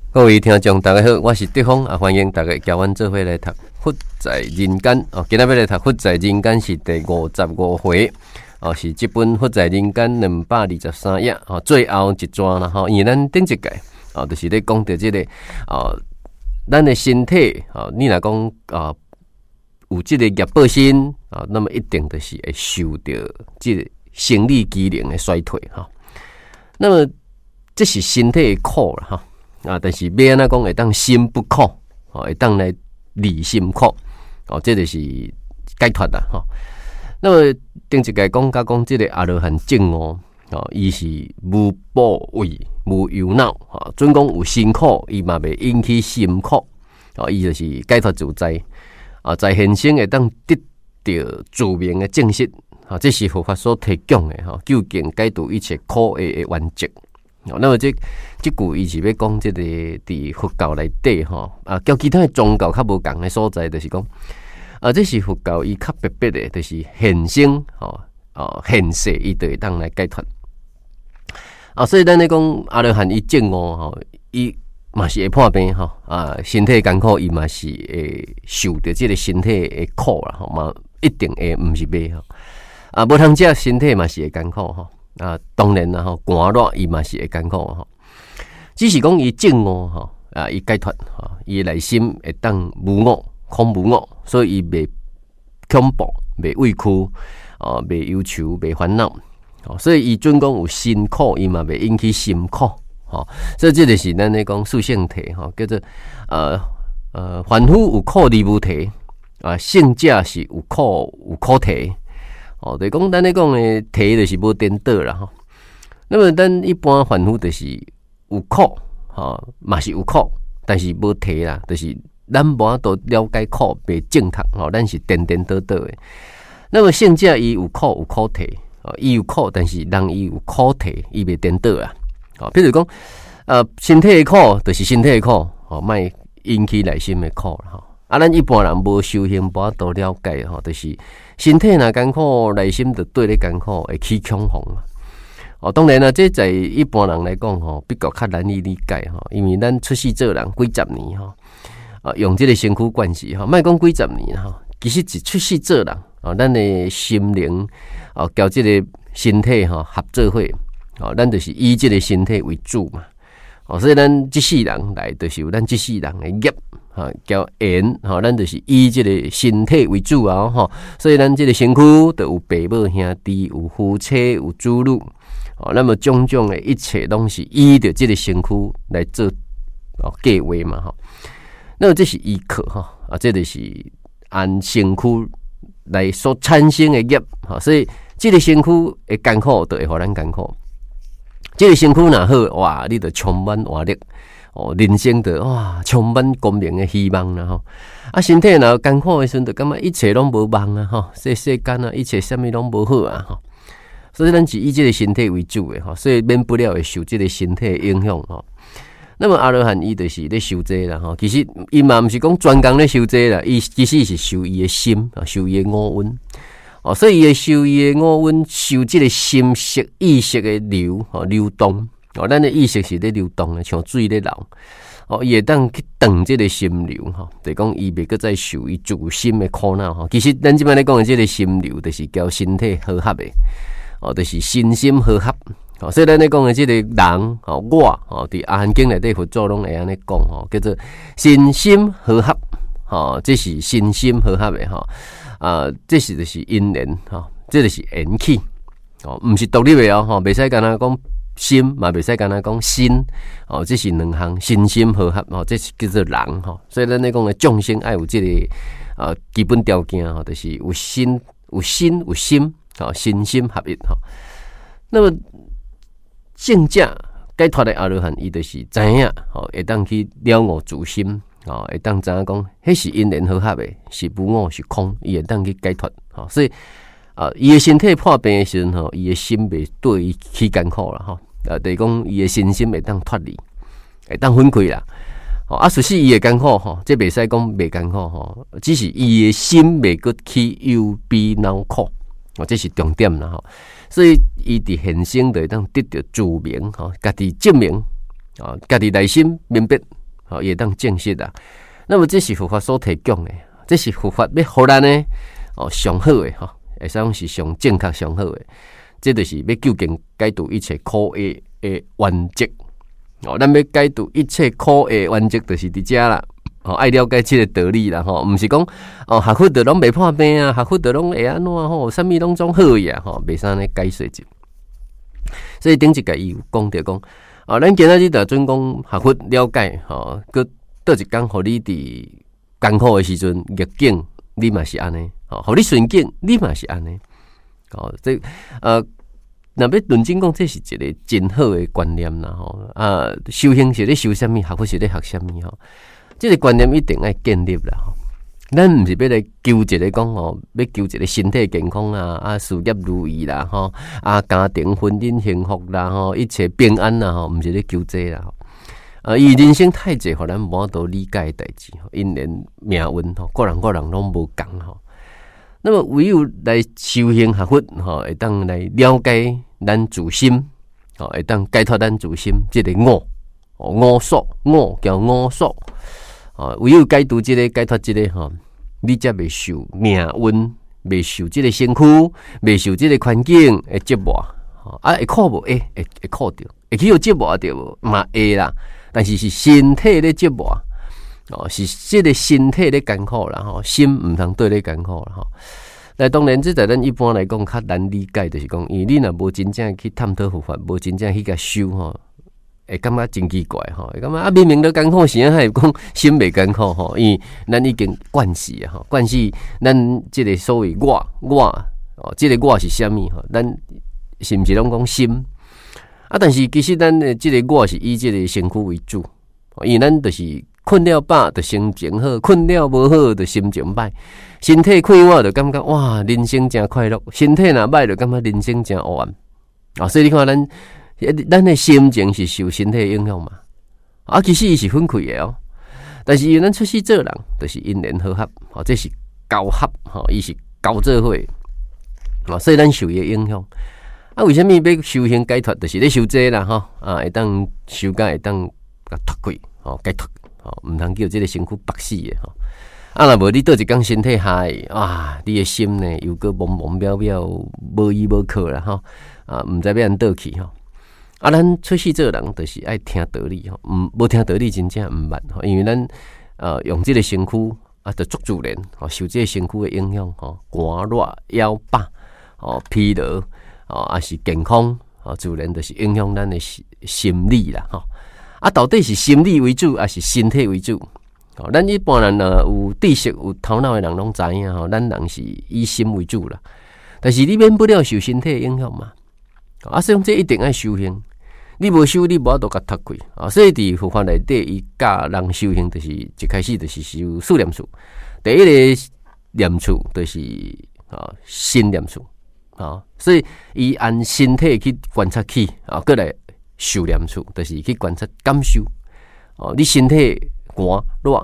各位听众大家好，我是德峰啊，欢迎大家交阮做伙来读《佛在人间》哦。今仔要来读《佛在人间》是第55回哦，是这本《佛在人间》223页哦，最后一章啦吼。因为咱顶一届哦，就是咧讲到这个咱的身体哦，你若讲有这个业报身啊，那么一定就是会受到这个生理机能的衰退哈。那么这是身体的苦啦哈。但是要安怎讲会当心不苦，会当来离心苦，这就是解脱啦吼。那么顶一届讲这个阿罗汉证伊是无怖畏、无忧恼，准讲有辛苦，伊嘛袂引起心苦，伊就是解脱自在，在现生会当得到自明的正实，这是佛法所提供的究竟解除一切苦厄的原则。那么这句伊是要讲这个伫佛教内底交其他的宗教较无共的所在，就是讲这是佛教伊较特别的，就是现生现世伊就会当来解脱所以咱咧讲阿罗汉伊证伊嘛是会破病身体艰苦，伊嘛是会受到这个身体的苦啦嘛，一定会毋是袂无通食身体嘛是会艰苦当然啦寒热伊嘛是会艰苦只是讲伊证伊解脱伊内心会当无我空无我，所以伊袂恐怖、袂畏惧袂忧愁、袂烦恼所以伊准讲有辛苦，伊嘛袂引起心苦所以这就是咱咧讲四圣体叫做凡夫有苦而无体圣者是有苦体就是讲咱咧讲的体就是无颠倒啦那么咱一般凡夫就是有苦嘛是有苦，但是无体啦，就是咱无法度了解苦袂正确咱是颠颠倒倒的。那么圣者伊有苦体伊有苦，但是人伊有苦体，伊袂颠倒啦比如讲身体的苦就是身体的苦莫引起内心的苦啦咱一般人无修行，无法度了解就是身体若艰苦，内心就对咧艰苦，会起恐慌当然啦，这在一般人来讲比较较难以理解因为咱出世做人几十年用这个身躯关系莫讲几十年其实一出世做人咱的心灵交这个身体合作伙咱就是以这个身体为主嘛所以咱这世人来就是有咱这世人的业叫缘咱就是以这个身体为主所以咱这个身躯就有爸母兄弟，有夫妻，有子女那么种种的一切拢是依着这个身躯来做计划嘛那么这是依靠这就是按身躯来所产生的业所以这个身躯的艰苦就会互咱艰苦，这个身躯若好哇，你就充满活力人生就哇充满光明的希望啦身体若艰苦的时阵，就感觉一切拢无望世间一切什么拢无好所以咱是以这个身体为主的所以免不了会受这个身体的影响那么阿罗汉伊就是咧修这啦其实伊嘛毋是讲专工咧修这啦，伊其实是修伊的心修伊的五蕴所以伊会修伊的五蕴，修这个心识意识的流动咱的意识是咧流动的，像水咧流伊会当去断这个心流就是讲伊袂再受伊自心的苦恼其实咱即摆咧讲的这个心流，就是交身体和合的就是身心和合所以咱咧讲的这个人我伫阿含经内底佛祖拢会安尼讲叫做身心和合这是身心和合的这是就是因缘这就是缘起毋是独立的袂使干那讲心嘛，袂使干那讲心这是两项身心和合这是叫做人所以咱咧讲的众生爱有这个基本条件就是有心有心身心合一那么圣者解脱的阿罗汉，伊就是知影会当去了悟自心会当知影讲迄是因缘和合的，是无我是空，伊会当去解脱所以伊的身体破病的时阵伊的心袂对伊起艰苦啦就是讲伊的身心会当脱离，会当分开啦实际伊的艰苦这袂使讲袂艰苦只是伊的心袂搁起忧悲恼苦这是重点啦所以伊伫现生就会当得到自明家己证明家己内心明白也当证实啦。那么这是佛法所提供的，这是佛法要互咱呢上好的会使讲是上正确上好的，这就是要究竟解除一切苦的原则。咱要解除一切苦的原则，就是伫遮啦。爱了解这个道理啦，毋是讲学佛就拢袂破病啊，学佛就拢会安怎啥物拢总好呀，袂使呢解说者。所以顶一届伊有讲着讲，咱今仔日就准讲学佛了解，佮倒一工，互你伫艰苦的时阵逆境，你嘛是安尼，互你顺境，你嘛是安尼。这若要论真讲，这是一个真好的观念啦，修行是咧修啥物，学佛是咧学啥物这个观念一定要建立啦，咱毋是要来求一个讲要求一个身体健康事业如意啦，家庭婚姻幸福啦，一切平安啦，毋是咧求这啦。伊人生太济，互咱无法度理解的代志，因缘命运个人拢无共那么唯有来修行学佛会当来了解咱自心，会当解脱咱自心这个我所叫我所。唯有解除这个解脱这个你才袂受命运，袂受这个身躯，袂受这个环境的折磨会苦无？会苦着，会去有折磨着无？嘛会啦，但是是身体咧折磨是这个身体咧艰苦啦心毋通对咧艰苦啦但当然，这在咱一般来讲较难理解，就是讲，因为你若无真正去探讨佛法，无真正去甲修会感觉真奇怪会感觉明明都艰苦时还会讲心袂艰苦因为咱已经惯死惯死咱这个所谓我这个我是啥物咱是毋是拢讲心但是其实咱的这个我是以这个身躯为主，因为咱就是困了饱就心情好，困了无好就心情歹，身体快活就感觉哇人生真快乐，身体若歹就感觉人生真黑暗所以你看咱的心情是受身体的影响嘛其实伊是分开的但是因为咱出世做人就是因缘和合这是交合伊是交做伙所以咱受伊的影响为什么要修行解脱，就是咧修这啦会当修甲会当甲脱开解脱毋通叫这个身躯白死的若无你倒一工身体害你的心呢又个懵懵渺渺无依无靠啦毋知要安倒去咱出世做人就是爱听道理无听道理真正毋捌因为咱用这个身躯就足自然受这个身躯的影响寒热腰饱疲劳也是健康自然就是影响咱的心理啦到底是心理为主还是身体为主咱一般人有知识有头脑的人拢知影咱人是以心为主啦，但是你免不了受身体的影响嘛所以这一定要修行，你无修你无法度甲脱开所以伫佛法内底伊教人修行就是一开始就是修四念处，第一个念处就是心念处所以伊按身体去观察起过来受念处就是去观察感受你身体寒热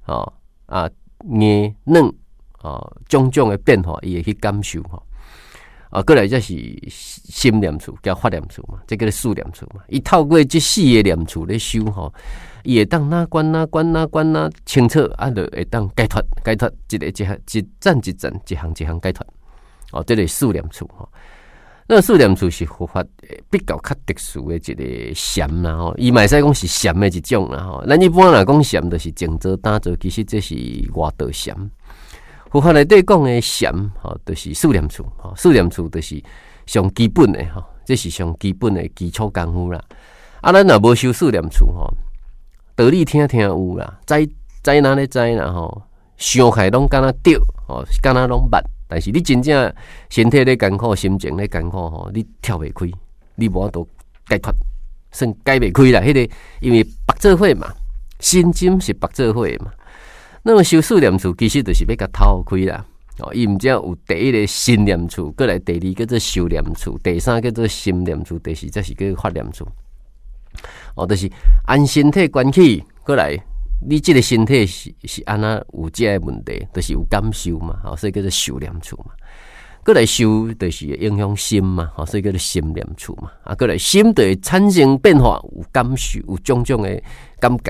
硬软种种的变化伊会去感受过来这是心念处叫法念处嘛，这叫四念处嘛。伊透过这四个念处咧修伊会当哪关清楚就会当解脱一个一站一站一项一项解脱这个四念处那四念处是佛法比较较特殊的一个禅啦伊嘛会使讲是禅的一种啦咱一般来讲禅就是静坐打坐，其实这是外道禅。佛法内底讲的禅就是四念处四念处就是上基本的这是上基本的基础功夫啦咱若无修四念处道理听有啦，知哪咧知啦想起拢敢若对敢若拢捌，但是你真正身体咧艰苦，心情咧艰苦你跳袂开，你无法度解脱，算解袂开啦。迄个因为白做伙嘛，心经是白做伙嘛。那么修四念处其实就是要甲透开啦。伊毋只有第一个心念处，过来第二叫做修念处，第三叫做心念处，第四才是叫法念处。就是按身体关起，过来你这个身体是安那有这个问题，就是有感受嘛，所以叫做受念处嘛。过来受就是影响心嘛，所以叫做心念处嘛。过来心就会产生变化，有感受，有种种的感觉嘛。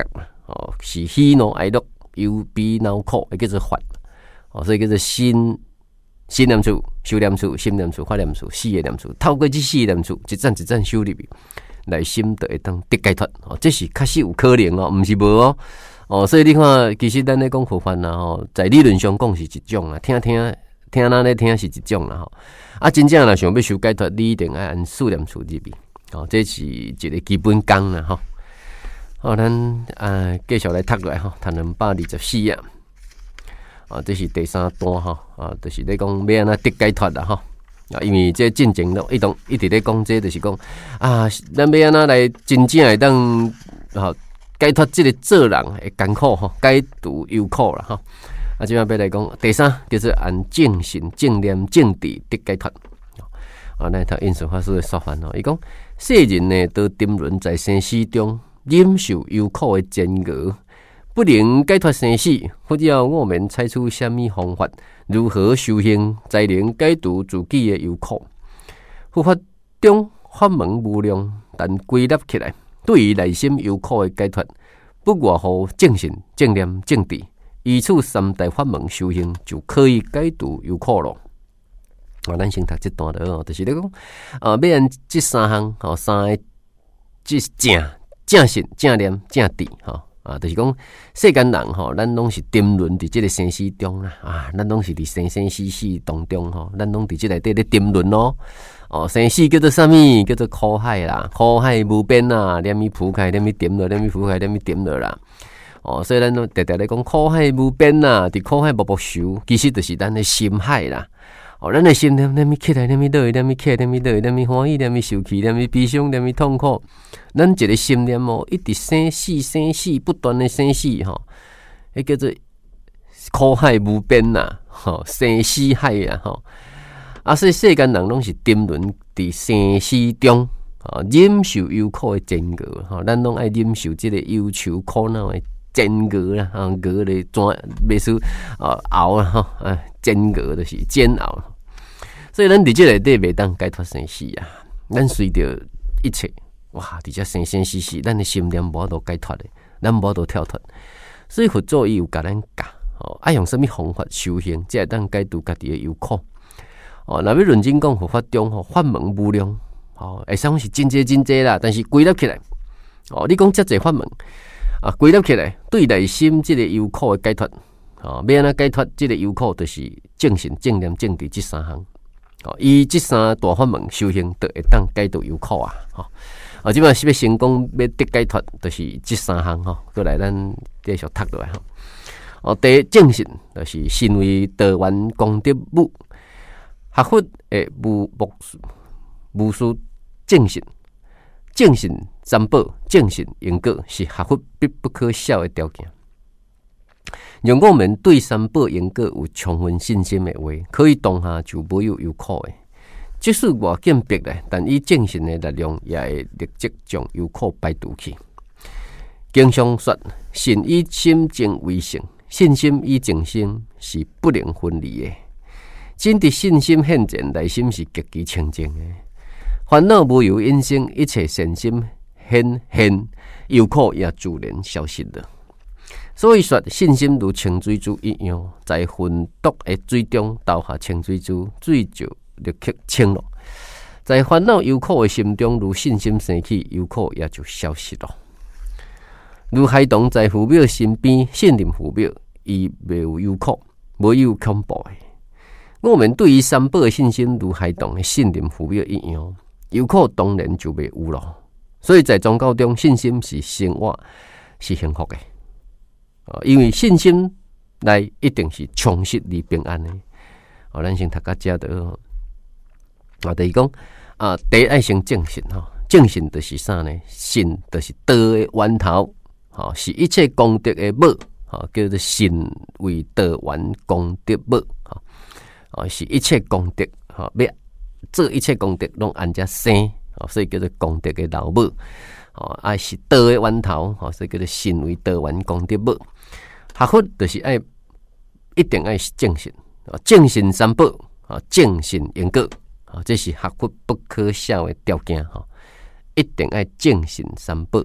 是喜怒哀乐忧悲恼苦，会叫做法。所以叫做心念处、修念处、心念处、法念处、四个念处。透过这四个念处，一站一站修入去，内心就会当得解脱。这是确实有可能哦，不是无哦。所以你看，其实咱咧讲佛法啦，在理论上讲是一种啦，听咱咧听是一种啦。真正啦想要修解脱，你一定要按四念处入去。这是一个基本功啦吼。好，咱继续来读落来吼，读224啊。这是第3段哈，就是咧讲要安怎得解脱啦哈。因为这进前咯，一直咧讲，这就是讲咱要安怎来真正会当解脱这个做人的艰苦哈，解除忧苦啦哈。即摆要来讲第3，叫做按正信、正念、正智得解脱。来读印顺法师的说法伊讲世人呢，都沉沦在生死中，忍受忧苦的煎熬。不能解脱生死，或者我们采取什么方法？如何修行才能解除自己的忧苦？佛法中法门无量，但归纳起来，对于内心忧苦的解脱，不外乎正信、正念、正智，依此3大法门修行，就可以解除忧苦了。咱先读这段了，就是咧讲要按这3项3个这正信、正念、正智就是讲世间人咱拢是沉沦伫这个生死中啦，咱拢是伫生生死死当中咱拢伫这内底咧沉沦咯。生死叫做啥物？叫做苦海啦，苦海无边啦，连咪铺开，连咪点落，连咪铺开，连咪点落啦。所以咱都常常咧讲苦海无边啦，伫苦海默默受，其实就是咱的心海啦。咱的心念咪起来，念咪落去，念咪起来，念咪落去，念咪欢喜，念咪受气，念咪悲伤，念咪痛苦。咱一个心念一直生死，不断的生死迄叫做苦海无边啦，生死海啊所以世间人拢是沉沦伫生死中忍受忧苦的煎熬咱拢爱忍受这个忧愁苦恼的煎熬啦熬咧袂输熬啦煎熬就是煎熬。所以咱伫这内底袂当解脱生死咱随着一切伫遮生生死死，咱的心念无法度解脱的，咱无法度跳脱。所以佛祖伊有甲咱教爱用什么方法修行，才会当解除家己的忧苦。若要认真讲佛法中法门无量会使讲是真济啦，但是归纳起来你讲遮济法门归纳起来，对内心这个忧苦的解脱要安怎解脱这个忧苦，就是正信、正念、正智这3项以这3大法门修行，就会当解除忧苦即摆要成功要得解脱，就是这3项过来咱继续读落来第一正信，就是身为道源功德母，学佛的无事正信，正信三宝，正信因果是学佛必不可少的条件。让我们对三宝因果有充分信心的话，可以当下就无有忧苦的。即使外境逼来，但以正信的力量，也会立即将忧苦排除去。经常说，信以心正为性，信心与正心是不能分离的。真的信心现前，内心是极其清净的。烦恼无由因生，一切善心现，忧苦也自然消失了。所以说，信心如清水珠一样，在浑浊的水中倒下清水珠，水就立刻清了。在烦恼忧苦的心中，如信心升起，忧苦也就消失了。如孩童在父母身边信任父母，伊袂有忧苦，无有恐怖的。我们对于三宝的信心，如孩童的信任父母一样，忧苦当然就袂有了。所以在宗教中，信心是生活，是幸福的。因为信心内一定是充实而平安的。咱先读到这的就是讲第一爱先正信正信就是啥呢？信就是道的源头是一切功德的母叫做信为道源功德母是一切功德要做一切功德拢按这生所以叫做功德的老母是道的源头所以叫做信为道源功德母。学佛就是一定爱正信正信三宝正信因果这是学佛不可少的条件一定爱正信三宝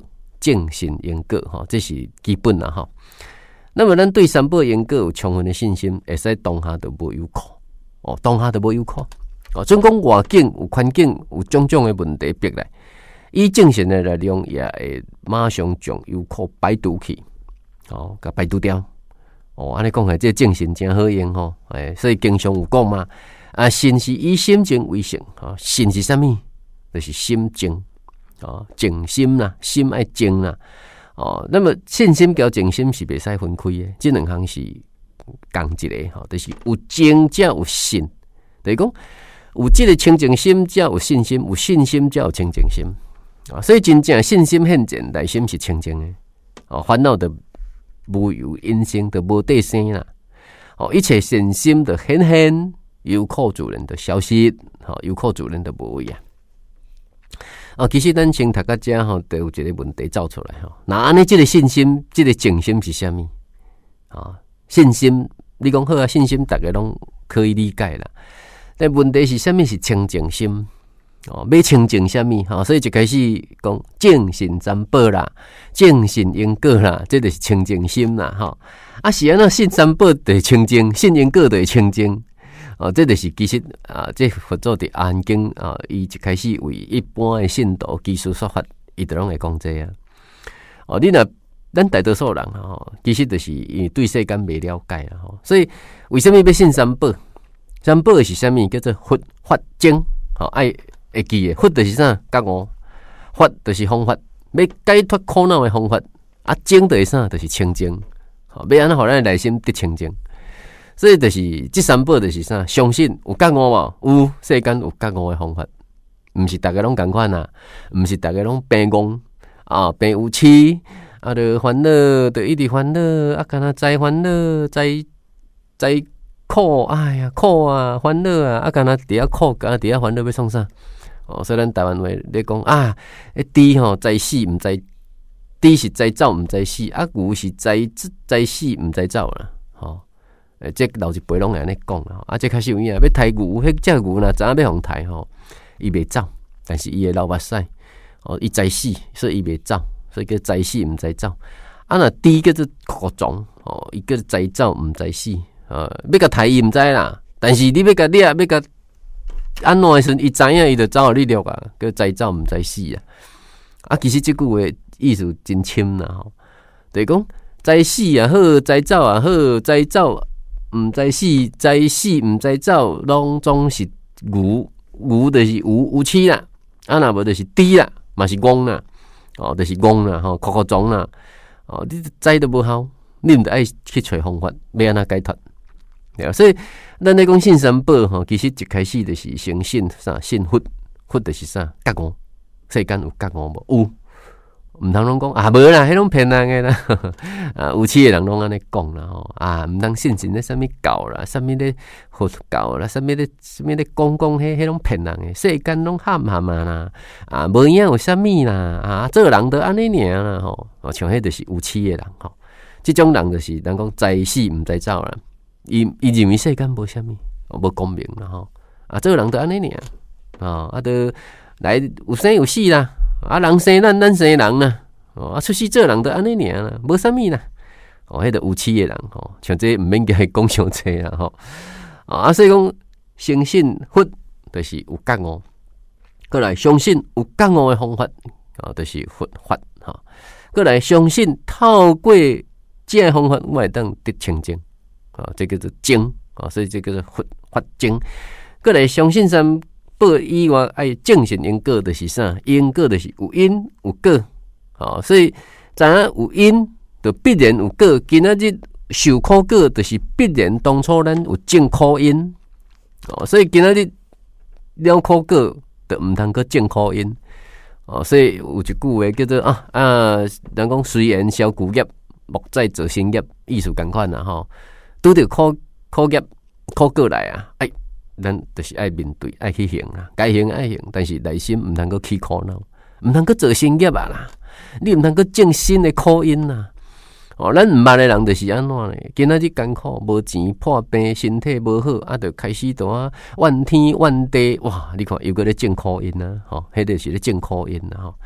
正信因果哈，这是基本啦哈。那么咱对三宝因果有充分的信心，会使当下都无有苦哦，当下都无有苦哦。总讲外境有环境有种种的问题逼来，以正信的力量也会马上将有苦排除去哦，甲排除掉哦。安尼讲起来，这正信真好用吼，所以经常有讲嘛，啊，信是以心静为性啊，信是啥物？就是心静啊，静心啦，心爱静啦。哦，那么信心跟静心是袂使分开的，这两项是共一个吼，就是有静才有信，就是讲有这个清净心才有信心，有信心才有清净心啊。所以真正信心现前，内心是清净的哦，烦恼的无有因生，的无地生啦。哦，一切信心的显现，有苦主人的消息，好，有苦主人的无位啊。哦，其实咱先读到这吼，都有一个问题走出来吼。那安尼，这个信心，这个静心是啥物？啊，信心，你讲好啊，信心大家拢可以理解啦。但问题是啥物？是清净心哦，要清净啥物？哈，所以就开始讲正信三宝啦，正信因果啦，这就是清净心啦，哈。啊，是安那信三宝就是清净，信因果就是清净。哦，这就是其实啊，这佛祖伫安经啊，伊一开始为一般的信徒基础说法，伊都拢会讲这啊。哦，你若咱大多数人吼，其实就是伊对世间未了解啦吼，所以为什么要信三宝？三宝是啥物？叫做佛法经，好爱会记的。佛就是啥？觉悟。法就是方法，要解脱苦恼的方法。啊，经就是啥？就是清净。好，要安怎互咱内心得清净？所以就是这三宝就是啥？相信有觉悟无？有世间有觉悟的方法，毋是大家拢共款啦，毋是大家拢病戆啊，病有痴啊，着烦恼，着一直烦恼啊，干那灾烦恼，灾苦，哎呀苦啊，烦恼啊，啊干那伫遐苦，干那伫遐烦恼要创啥？哦，所以咱台湾话咧讲啊，猪吼知死毋知，猪是知走毋知死，啊牛是知死毋知走啦，吼。这老一辈拢会安尼讲啦，啊，这开始有影要杀牛，迄只牛若知影要互杀吼，伊袂走，但是伊会流目屎，哦，伊知死，所以伊袂走，所以叫知死毋知走。啊，若猪叫做酷壮，哦，伊叫知走毋知死，要甲杀伊毋知啦，但是你要甲掠，要甲安怎的时阵，伊知影伊就走互你掠啊，叫知走毋知死啊。啊，其实即句话意思真深啦吼，就是讲知死也好，知走也好，知走毋知死，知死毋知走，拢总是牛，牛就是有痴啦，啊若无就是猪啦，嘛是戆啦，哦，就是戆啦，吼，酷壮啦，哦，你知都无效，你毋得爱去找方法，要安怎解脱？所以咱咧讲信三宝吼，其实一开始就是先信啥？信佛，佛就是啥？觉悟，世间有觉悟无？有。毋通拢讲啊，无啦，迄拢骗人诶啦。啊，有痴诶人拢安尼讲啦吼。啊，毋通信咧啥物教啦，啥物咧佛教啦，啥物咧讲迄拢骗人诶。世间拢含啊啦。啊，无影有啥物啦。啊，做人都安尼尔啦吼。哦，像迄就是有痴诶人吼。即种人就是人讲知死毋知走啦。伊认为世间无啥物，无公平啦吼。啊，做人都安尼尔。啊，都来有生有死啦。啊，人生咱生人啦，哦，啊，出世做人都安尼尔啦，无啥物啦，哦，迄个有痴诶人吼，像这毋免甲伊讲伤济啦吼，啊，所以讲相信佛就是有觉悟，过来相信有觉悟诶方法，哦，就是佛法哈，过来相信透过这方法，我会当得清净，啊，这叫做净，啊，所以这叫做佛法净，过来相信三宝以外，爱正信因果就是啥？因果就是有因有果，哦，所以知影有因，就必然有果。今仔日受苦果，就是必然当初咱有种苦因，哦，所以今仔日了苦果，就毋通个种苦因，哦，所以有一句话叫做人讲随缘消旧业，莫再做新业，意思共款啦吼。拄着苦业苦果来啊，咱就是爱面对，爱去行啦，该行爱行，但是内心毋通个起苦恼，毋通个做新业啊啦，你毋通个种新的苦因啦。哦，咱毋捌的人就是安怎呢？今仔日艰苦，无钱破病，身体无好，啊，就开始都怨天怨地，哇！你看又搁咧种苦因啊，吼，迄个是咧种苦因啊，吼。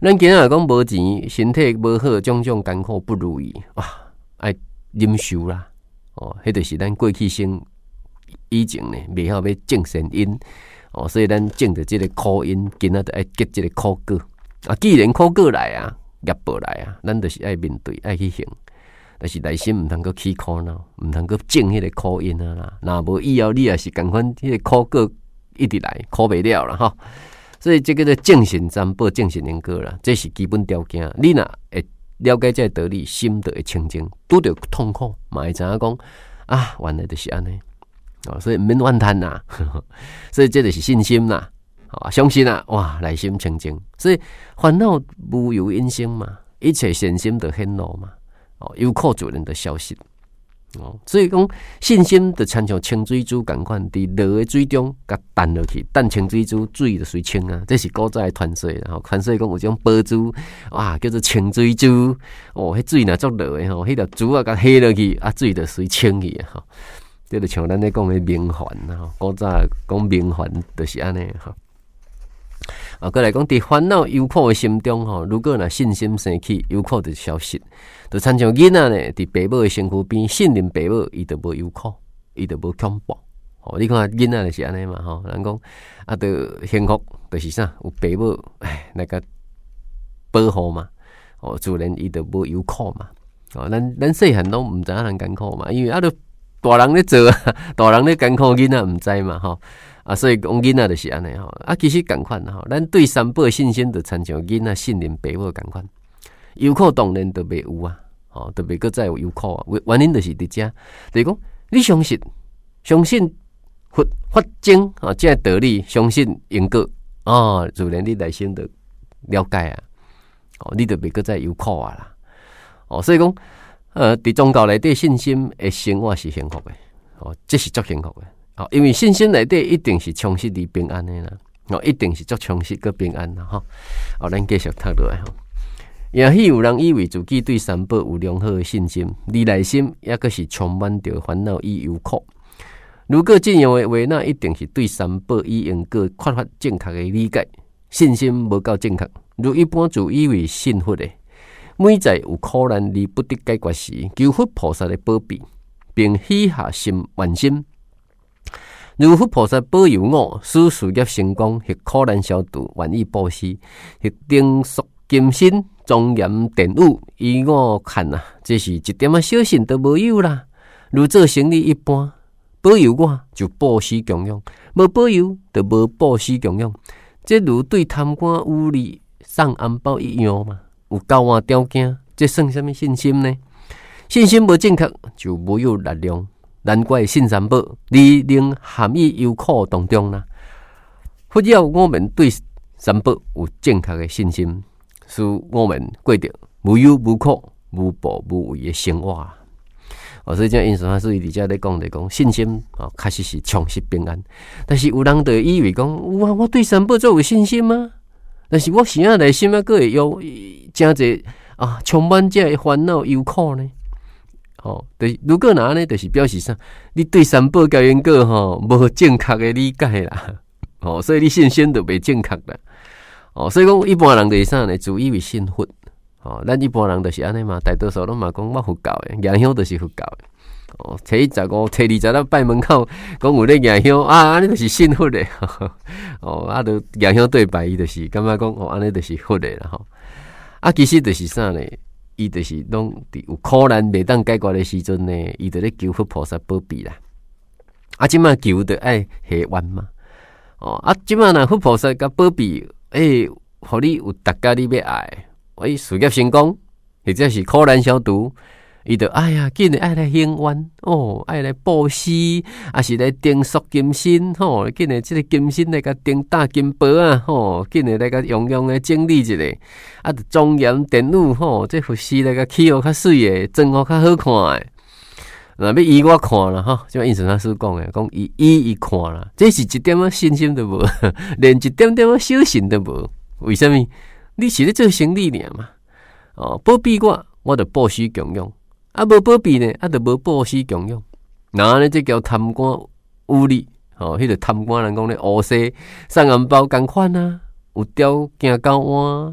咱今仔讲无钱，身体无好，种种艰苦不如意，哇，爱忍受啦。哦，迄就是咱过去生以前呢，未晓要种善因，哦，所以咱种着即个苦因，今仔就爱结即个苦果。啊，既然苦果来啊，业报来啊，咱就是爱面对，爱去行。但是内心毋通阁起苦恼，毋通阁种迄个苦因啊啦。若无以后你也是共款，迄个苦果一直来，苦袂了啦吼。所以这个叫做正信占卜、正信因果啦，这是基本条件。你若会了解这道理，心就会清净。拄着痛苦，嘛会知影讲啊，原来就是安尼。哦，所以毋免怨叹呐。所以这就是信心啦。啊，相信啊，哇，内心清净。所以烦恼无有因生嘛，一切善心就显露嘛。哦，有苦自然就消失。哦，所以讲信心就亲像清水珠共款，伫落的水中甲弹落去，弹清水珠，水就随清啊。这是古早的传说，然后传说讲有种宝珠，哇，叫做清水珠。哦，迄水若足落的吼，迄条珠啊，甲下落去，啊，水就随清去啊。吼，这就像咱咧讲的明环啊，古早讲明环就是安尼哈。啊，过来讲，伫烦恼忧苦的心中吼，如果若信心生起，忧苦就消失。就亲像囡仔呢，伫爸母的身躯边，信任爸母，伊就无忧苦，伊就无恐怖。哦，你看囡仔就是安尼嘛吼，人讲啊，着幸福就是啥，有爸母来甲保护嘛。哦，自然伊就无忧苦嘛。哦，咱细汉拢毋知影人艰苦嘛，因为啊，着大人咧做啊，大人咧艰苦，囡仔毋知嘛吼。啊，所以讲囡仔就是安尼吼。啊，其实共款吼，咱对三宝的信心就亲像囡仔信任爸母共款。忧苦当然就袂有啊，吼，就袂搁再有忧苦啊。原因就是伫遮，就是讲你相信法经啊，这道理，相信因果啊，自然你内心就了解啊。哦，你就袂搁再忧苦啊啦。哦，所以讲，伫宗教内底信心的生活是幸福的，哦，这是足幸福的。哦，因为信心内底一定是充实而平安的啦，哦，一定是足充实个平安啦，吼。哦，咱继续读落来吼。也许有人以为自己对三宝有良好的信心，而内心也阁是充满着烦恼与忧苦。如果这样的话，那一定是对三宝与因果缺乏正确的理解，信心无够正确。如一般自以为信佛的，每在有苦难而不得解决时，求佛菩萨的保庇，并许下愿心。如佛菩萨保佑我，使事业成功，或苦难消除，愿意布施，或定属金身，庄严玷污。依我看啊，这是一点小信都无有啦。如做生意一般，保佑我就布施供养，无保佑就无布施供养。这如对贪官污吏送红包一样嘛，有交换条件，这算什么信心呢？信心无正确，就无有力量。难怪信三宝，你能含于忧苦当中啦。佛要我们对三宝有正确的信心，使我们过着无忧无苦、无怖无畏的生活。哦，所以这因素所以伫遮咧讲信心哦，确实是充实平安。但是有人就以为讲，哇，我对三宝做有信心吗？但是我心内心啊，个会有真侪啊，充满这烦恼忧苦呢。哦，就是如果哪呢，就是表示啥？你对三宝交因果吼无正确的理解啦。哦，所以你信心就袂正确啦。哦，所以讲一般人就是啥呢？自以为信佛。哦，咱一般人就是安尼嘛，大多数拢嘛讲我佛教的，迎香就是佛教的。哦，初15、初20啦拜门口，讲有咧迎香啊，安尼就是信佛的。哦，啊，就迎香对拜伊就是感觉讲哦，安尼就是佛的啦吼。啊，其实就是啥呢？伊就是拢伫有苦难袂当解决的时阵呢，伊就咧求佛菩萨保庇啦。啊，即马求就爱下愿嘛。哦，啊，即马若佛菩萨甲保庇，互你有达到你要爱，事业成功，或者是苦难消除，伊就哎呀，紧爱来行愿哦，爱来布施，啊是来定塑金身吼，紧来即个金身来甲定大金箔啊吼，紧来甲用的整理一下，啊，就庄严玷污吼，这佛事来甲起互较水的，装互较好看的。若要依我看啦吼，就印象老师讲的，讲伊看啦，这是一点仔信心都无，连一点点小信都无。为什么？你是咧做生意尔嘛？哦，保庇我就布施供养。啊，无保庇呢，啊，就无布施供养。那呢，这叫贪官污吏。哦，迄个贪官人讲咧，乌西送红包共款啊，有条行高碗，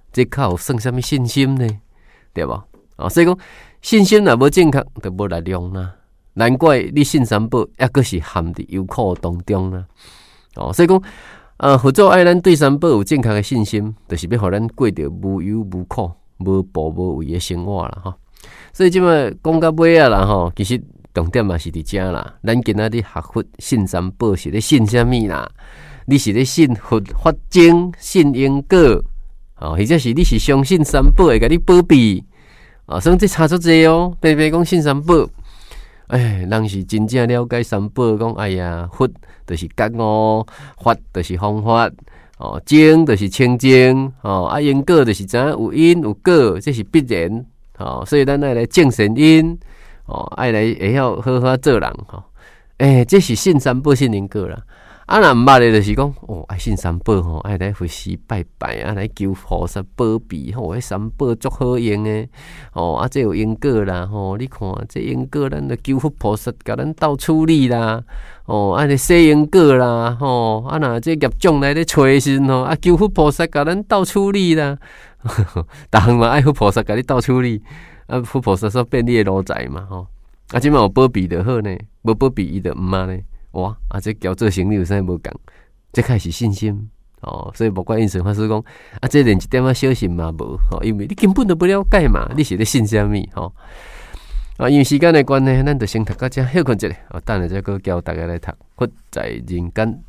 这靠算什么信心呢？对吧？所以讲信心若无正确，就无力量啦。难怪你信三宝，抑阁是陷伫忧苦当中啦。所以讲，佛祖爱咱对三宝有正确的信心，就是要互咱过着无忧无苦、无怖无畏的生活啦。所以即摆讲到尾啊啦，其实重点嘛是伫遮啦。咱今仔日学佛信三宝是咧信啥物啦？你是咧信佛法经、信因果，或者是你是相信三宝会甲你保庇？所以这差足济哦。白白讲信三宝，人是真正了解三宝，讲哎呀，佛就是觉悟，法就是方法，经就是清净，因果就是知影有因有果，这是必然。所以咱爱来种善因，爱来会晓好好做人，这是信三宝信因果啦。若毋捌的，就是讲爱信三宝爱来佛寺拜拜来求菩萨保庇迄三宝足好用的这有因果啦你看这因果，咱就求佛菩萨甲咱斗处理啦咧洗因果啦若这业障来咧找时求佛菩萨甲咱斗处理啦逐项嘛爱佛菩萨甲你斗处理佛菩萨说变你的路财嘛即嘛有保庇就好呢，无保庇伊就毋捌呢。哇！这交做生意有啥无共？这开始信心所以无管因生法师讲这连一点小心嘛无因为你根本都不了解嘛，你是咧信啥物因为时间的关系，咱就先读到这，休困一下等下再搁教大家来读《佛在人间》。